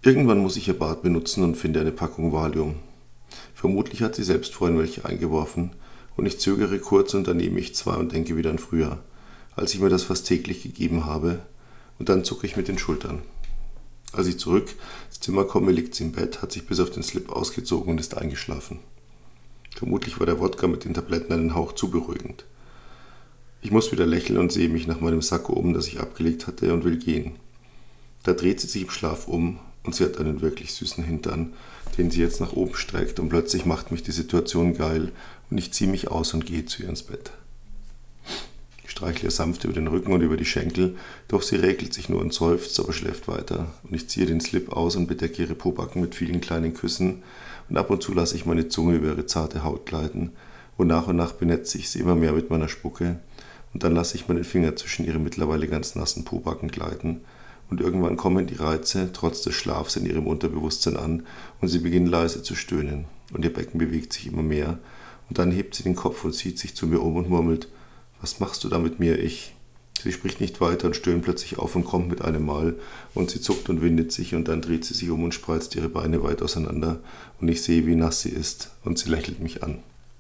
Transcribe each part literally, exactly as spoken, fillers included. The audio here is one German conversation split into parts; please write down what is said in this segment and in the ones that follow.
Irgendwann muss ich ihr Bad benutzen und finde eine Packung Valium. Vermutlich hat sie selbst vorhin welche eingeworfen und ich zögere kurz und dann nehme ich zwei und denke wieder an früher, als ich mir das fast täglich gegeben habe, und dann zucke ich mit den Schultern. Als ich zurück ins Zimmer komme, liegt sie im Bett, hat sich bis auf den Slip ausgezogen und ist eingeschlafen. Vermutlich war der Wodka mit den Tabletten einen Hauch zu beruhigend. Ich muss wieder lächeln und sehe mich nach meinem Sakko um, das ich abgelegt hatte, und will gehen. Da dreht sie sich im Schlaf um und sie hat einen wirklich süßen Hintern, den sie jetzt nach oben streckt, und plötzlich macht mich die Situation geil und ich ziehe mich aus und gehe zu ihr ins Bett. Ich streichle ihr sanft über den Rücken und über die Schenkel, doch sie räkelt sich nur und seufzt, aber schläft weiter, und ich ziehe den Slip aus und bedecke ihre Pobacken mit vielen kleinen Küssen, und ab und zu lasse ich meine Zunge über ihre zarte Haut gleiten, und nach und nach benetze ich sie immer mehr mit meiner Spucke, und dann lasse ich meinen Finger zwischen ihre mittlerweile ganz nassen Pobacken gleiten, und irgendwann kommen die Reize trotz des Schlafs in ihrem Unterbewusstsein an und sie beginnen leise zu stöhnen, und ihr Becken bewegt sich immer mehr, und dann hebt sie den Kopf und zieht sich zu mir um und murmelt: »Was machst du da mit mir, ich?« Sie spricht nicht weiter und stöhnt plötzlich auf und kommt mit einem Mal, und sie zuckt und windet sich, und dann dreht sie sich um und spreizt ihre Beine weit auseinander, und ich sehe, wie nass sie ist, und sie lächelt mich an.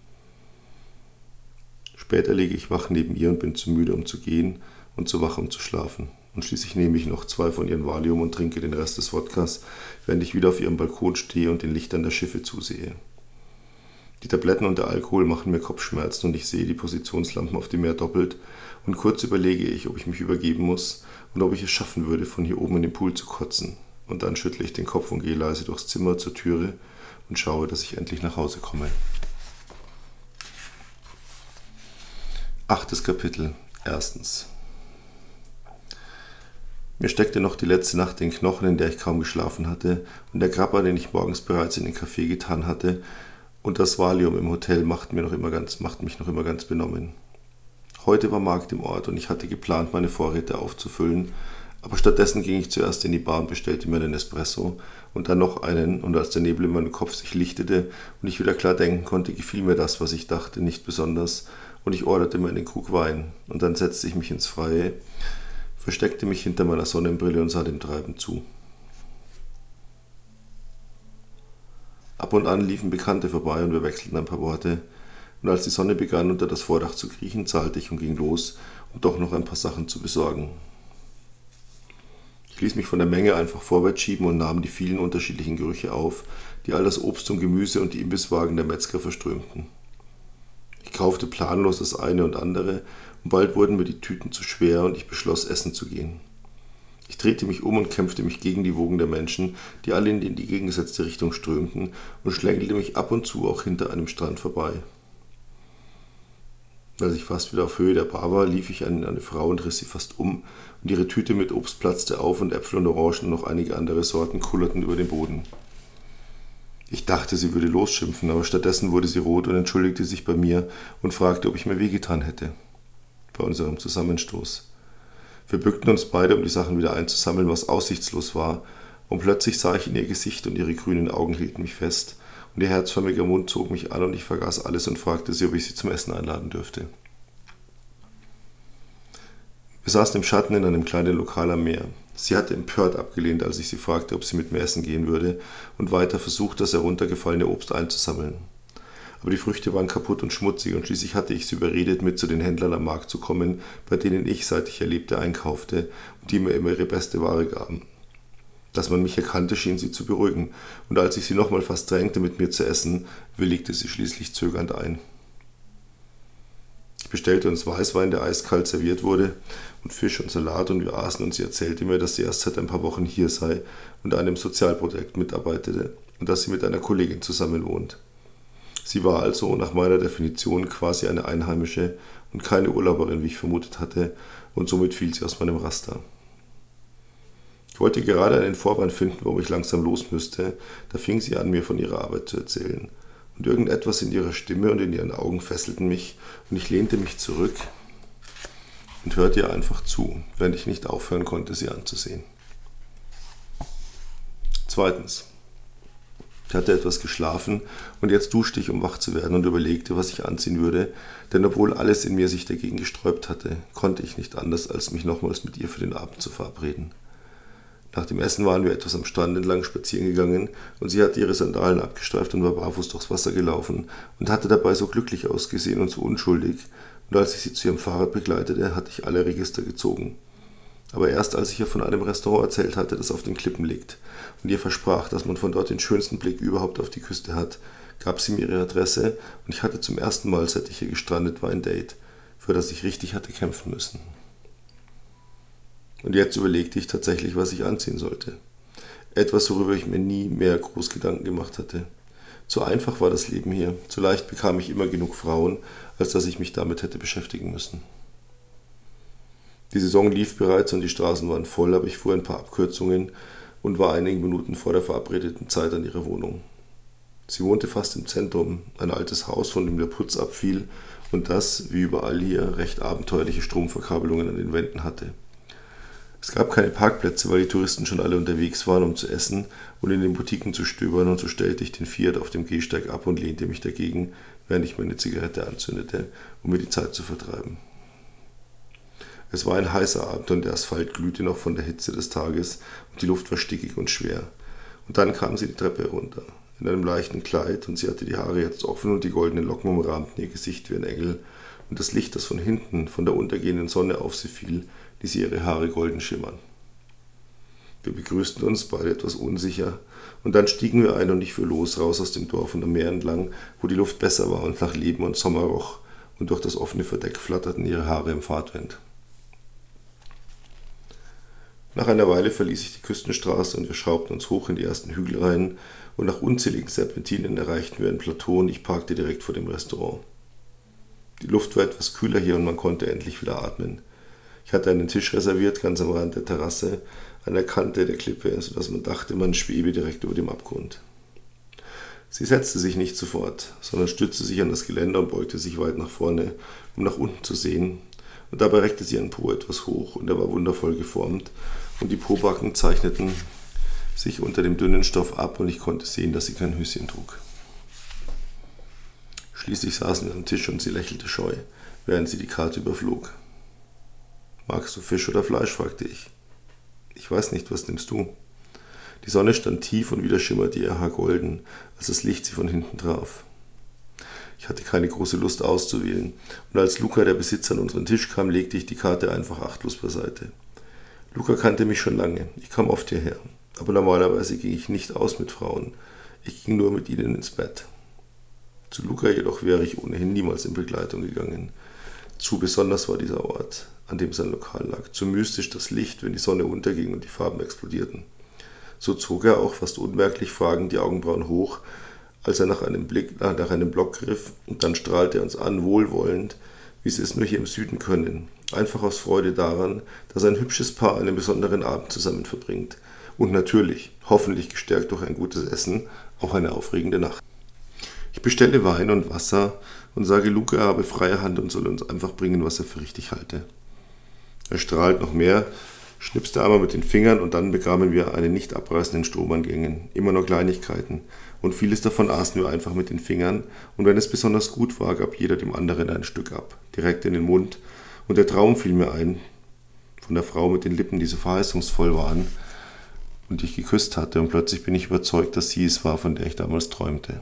Später liege ich wach neben ihr und bin zu müde, um zu gehen, und zu wach, um zu schlafen. Und schließlich nehme ich noch zwei von ihren Valium und trinke den Rest des Wodkas, während ich wieder auf ihrem Balkon stehe und den Lichtern der Schiffe zusehe. Die Tabletten und der Alkohol machen mir Kopfschmerzen und ich sehe die Positionslampen auf dem Meer doppelt, und kurz überlege ich, ob ich mich übergeben muss und ob ich es schaffen würde, von hier oben in den Pool zu kotzen. Und dann schüttle ich den Kopf und gehe leise durchs Zimmer zur Türe und schaue, dass ich endlich nach Hause komme. Achtes Kapitel. Erstens. Mir steckte noch die letzte Nacht den Knochen, in der ich kaum geschlafen hatte, und der Grappa, den ich morgens bereits in den Kaffee getan hatte, und das Valium im Hotel macht, mir noch immer ganz, macht mich noch immer ganz benommen. Heute war Markt im Ort und ich hatte geplant, meine Vorräte aufzufüllen, aber stattdessen ging ich zuerst in die Bar und bestellte mir einen Espresso und dann noch einen, und als der Nebel in meinem Kopf sich lichtete und ich wieder klar denken konnte, gefiel mir das, was ich dachte, nicht besonders, und ich orderte mir einen Krug Wein, und dann setzte ich mich ins Freie, versteckte mich hinter meiner Sonnenbrille und sah dem Treiben zu. Ab und an liefen Bekannte vorbei und wir wechselten ein paar Worte, und als die Sonne begann, unter das Vordach zu kriechen, zahlte ich und ging los, um doch noch ein paar Sachen zu besorgen. Ich ließ mich von der Menge einfach vorwärts schieben und nahm die vielen unterschiedlichen Gerüche auf, die all das Obst und Gemüse und die Imbisswagen der Metzger verströmten. Ich kaufte planlos das eine und andere, und bald wurden mir die Tüten zu schwer und ich beschloss, essen zu gehen. Ich drehte mich um und kämpfte mich gegen die Wogen der Menschen, die alle in die gegengesetzte Richtung strömten, und schlängelte mich ab und zu auch hinter einem Strand vorbei. Als ich fast wieder auf Höhe der Bar war, lief ich an eine Frau und riss sie fast um, und ihre Tüte mit Obst platzte auf und Äpfel und Orangen und noch einige andere Sorten kullerten über den Boden. Ich dachte, sie würde losschimpfen, aber stattdessen wurde sie rot und entschuldigte sich bei mir und fragte, ob ich mir wehgetan hätte. Bei unserem Zusammenstoß. Wir bückten uns beide, um die Sachen wieder einzusammeln, was aussichtslos war, und plötzlich sah ich in ihr Gesicht und ihre grünen Augen hielten mich fest, und ihr herzförmiger Mund zog mich an und ich vergaß alles und fragte sie, ob ich sie zum Essen einladen dürfte. Wir saßen im Schatten in einem kleinen Lokal am Meer. Sie hatte empört abgelehnt, als ich sie fragte, ob sie mit mir essen gehen würde, und weiter versucht, das heruntergefallene Obst einzusammeln. Aber die Früchte waren kaputt und schmutzig, und schließlich hatte ich sie überredet, mit zu den Händlern am Markt zu kommen, bei denen ich, seit ich erlebte, einkaufte und die mir immer ihre beste Ware gaben. Dass man mich erkannte, schien sie zu beruhigen, und als ich sie nochmal fast drängte, mit mir zu essen, willigte sie schließlich zögernd ein. Ich bestellte uns Weißwein, der eiskalt serviert wurde, und Fisch und Salat, und wir aßen, und sie erzählte mir, dass sie erst seit ein paar Wochen hier sei und an einem Sozialprojekt mitarbeitete und dass sie mit einer Kollegin zusammen wohnt. Sie war also nach meiner Definition quasi eine Einheimische und keine Urlauberin, wie ich vermutet hatte, und somit fiel sie aus meinem Raster. Ich wollte gerade einen Vorwand finden, warum ich langsam los müsste, da fing sie an, mir von ihrer Arbeit zu erzählen. Und irgendetwas in ihrer Stimme und in ihren Augen fesselten mich, und ich lehnte mich zurück und hörte ihr einfach zu, während ich nicht aufhören konnte, sie anzusehen. Zweitens. Ich hatte etwas geschlafen und jetzt duschte ich, um wach zu werden, und überlegte, was ich anziehen würde, denn obwohl alles in mir sich dagegen gesträubt hatte, konnte ich nicht anders, als mich nochmals mit ihr für den Abend zu verabreden. Nach dem Essen waren wir etwas am Strand entlang spazieren gegangen und sie hatte ihre Sandalen abgestreift und war barfuß durchs Wasser gelaufen und hatte dabei so glücklich ausgesehen und so unschuldig, und als ich sie zu ihrem Fahrrad begleitete, hatte ich alle Register gezogen. Aber erst als ich ihr von einem Restaurant erzählt hatte, das auf den Klippen liegt, und ihr versprach, dass man von dort den schönsten Blick überhaupt auf die Küste hat, gab sie mir ihre Adresse und ich hatte zum ersten Mal, seit ich hier gestrandet war, ein Date, für das ich richtig hatte kämpfen müssen. Und jetzt überlegte ich tatsächlich, was ich anziehen sollte. Etwas, worüber ich mir nie mehr groß Gedanken gemacht hatte. Zu einfach war das Leben hier, zu leicht bekam ich immer genug Frauen, als dass ich mich damit hätte beschäftigen müssen. Die Saison lief bereits und die Straßen waren voll, aber ich fuhr ein paar Abkürzungen und war einige Minuten vor der verabredeten Zeit an ihrer Wohnung. Sie wohnte fast im Zentrum, ein altes Haus, von dem der Putz abfiel und das, wie überall hier, recht abenteuerliche Stromverkabelungen an den Wänden hatte. Es gab keine Parkplätze, weil die Touristen schon alle unterwegs waren, um zu essen und in den Boutiquen zu stöbern, und so stellte ich den Fiat auf dem Gehsteig ab und lehnte mich dagegen, während ich meine Zigarette anzündete, um mir die Zeit zu vertreiben. Es war ein heißer Abend und der Asphalt glühte noch von der Hitze des Tages und die Luft war stickig und schwer. Und dann kam sie die Treppe herunter, in einem leichten Kleid, und sie hatte die Haare jetzt offen und die goldenen Locken umrahmten ihr Gesicht wie ein Engel, und das Licht, das von hinten, von der untergehenden Sonne auf sie fiel, ließ ihre Haare golden schimmern. Wir begrüßten uns beide etwas unsicher, und dann stiegen wir ein und ich fuhr los, raus aus dem Dorf und am Meer entlang, wo die Luft besser war und nach Leben und Sommer roch, und durch das offene Verdeck flatterten ihre Haare im Fahrtwind. Nach einer Weile verließ ich die Küstenstraße und wir schraubten uns hoch in die ersten Hügel rein, und nach unzähligen Serpentinen erreichten wir ein Plateau und ich parkte direkt vor dem Restaurant. Die Luft war etwas kühler hier und man konnte endlich wieder atmen. Ich hatte einen Tisch reserviert, ganz am Rand der Terrasse, an der Kante der Klippe, sodass man dachte, man schwebe direkt über dem Abgrund. Sie setzte sich nicht sofort, sondern stützte sich an das Geländer und beugte sich weit nach vorne, um nach unten zu sehen, und dabei reckte sie ihren Po etwas hoch und er war wundervoll geformt, und die Pobacken zeichneten sich unter dem dünnen Stoff ab und ich konnte sehen, dass sie kein Höschen trug. Schließlich saßen wir am Tisch und sie lächelte scheu, während sie die Karte überflog. »Magst du Fisch oder Fleisch?« fragte ich. »Ich weiß nicht, was nimmst du?« Die Sonne stand tief und wieder schimmerte ihr Haar golden, als das Licht sie von hinten traf. Ich hatte keine große Lust auszuwählen, und als Luca, der Besitzer, an unseren Tisch kam, legte ich die Karte einfach achtlos beiseite. Luca kannte mich schon lange, ich kam oft hierher, aber normalerweise ging ich nicht aus mit Frauen, ich ging nur mit ihnen ins Bett. Zu Luca jedoch wäre ich ohnehin niemals in Begleitung gegangen. Zu besonders war dieser Ort, an dem sein Lokal lag, zu mystisch das Licht, wenn die Sonne unterging und die Farben explodierten. So zog er auch fast unmerklich fragend die Augenbrauen hoch, als er nach einem Blick nach einem Block griff, und dann strahlte er uns an, wohlwollend, wie sie es nur hier im Süden können, einfach aus Freude daran, dass ein hübsches Paar einen besonderen Abend zusammen verbringt und natürlich, hoffentlich gestärkt durch ein gutes Essen, auch eine aufregende Nacht. Ich bestelle Wein und Wasser und sage, Luca habe freie Hand und soll uns einfach bringen, was er für richtig halte. Er strahlt noch mehr, schnipste einmal mit den Fingern und dann bekamen wir einen nicht abreißenden Strom an Gängen, immer nur Kleinigkeiten, und vieles davon aßen wir einfach mit den Fingern, und wenn es besonders gut war, gab jeder dem anderen ein Stück ab, direkt in den Mund, und der Traum fiel mir ein, von der Frau mit den Lippen, die so verheißungsvoll waren und die ich geküsst hatte, und plötzlich bin ich überzeugt, dass sie es war, von der ich damals träumte.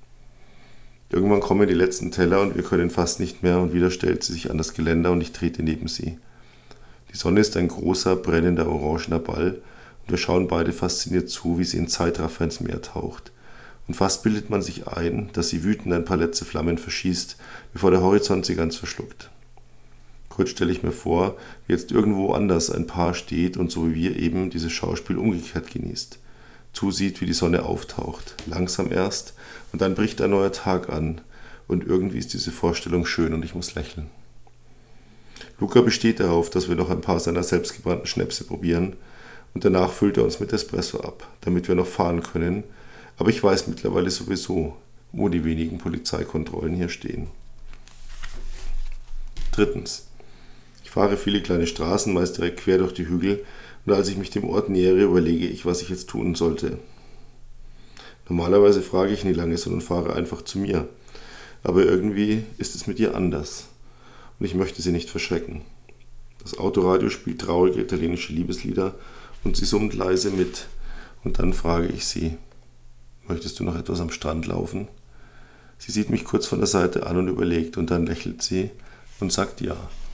Irgendwann kommen die letzten Teller und wir können fast nicht mehr, und wieder stellt sie sich an das Geländer und ich trete neben sie. Die Sonne ist ein großer, brennender, orangener Ball und wir schauen beide fasziniert zu, wie sie in Zeitraffer ins Meer taucht. Und fast bildet man sich ein, dass sie wütend ein paar letzte Flammen verschießt, bevor der Horizont sie ganz verschluckt. Kurz stelle ich mir vor, wie jetzt irgendwo anders ein Paar steht und so wie wir eben dieses Schauspiel umgekehrt genießt. Zusieht, wie die Sonne auftaucht, langsam erst, und dann bricht ein neuer Tag an, und irgendwie ist diese Vorstellung schön und ich muss lächeln. Luca besteht darauf, dass wir noch ein paar seiner selbstgebrannten Schnäpse probieren, und danach füllt er uns mit Espresso ab, damit wir noch fahren können, aber ich weiß mittlerweile sowieso, wo die wenigen Polizeikontrollen hier stehen. Drittens. Ich fahre viele kleine Straßen, meist direkt quer durch die Hügel, und als ich mich dem Ort nähere, überlege ich, was ich jetzt tun sollte. Normalerweise frage ich nie lange, sondern fahre einfach zu mir. Aber irgendwie ist es mit ihr anders. Und ich möchte sie nicht verschrecken. Das Autoradio spielt traurige italienische Liebeslieder und sie summt leise mit. Und dann frage ich sie: Möchtest du noch etwas am Strand laufen? Sie sieht mich kurz von der Seite an und überlegt, und dann lächelt sie und sagt ja.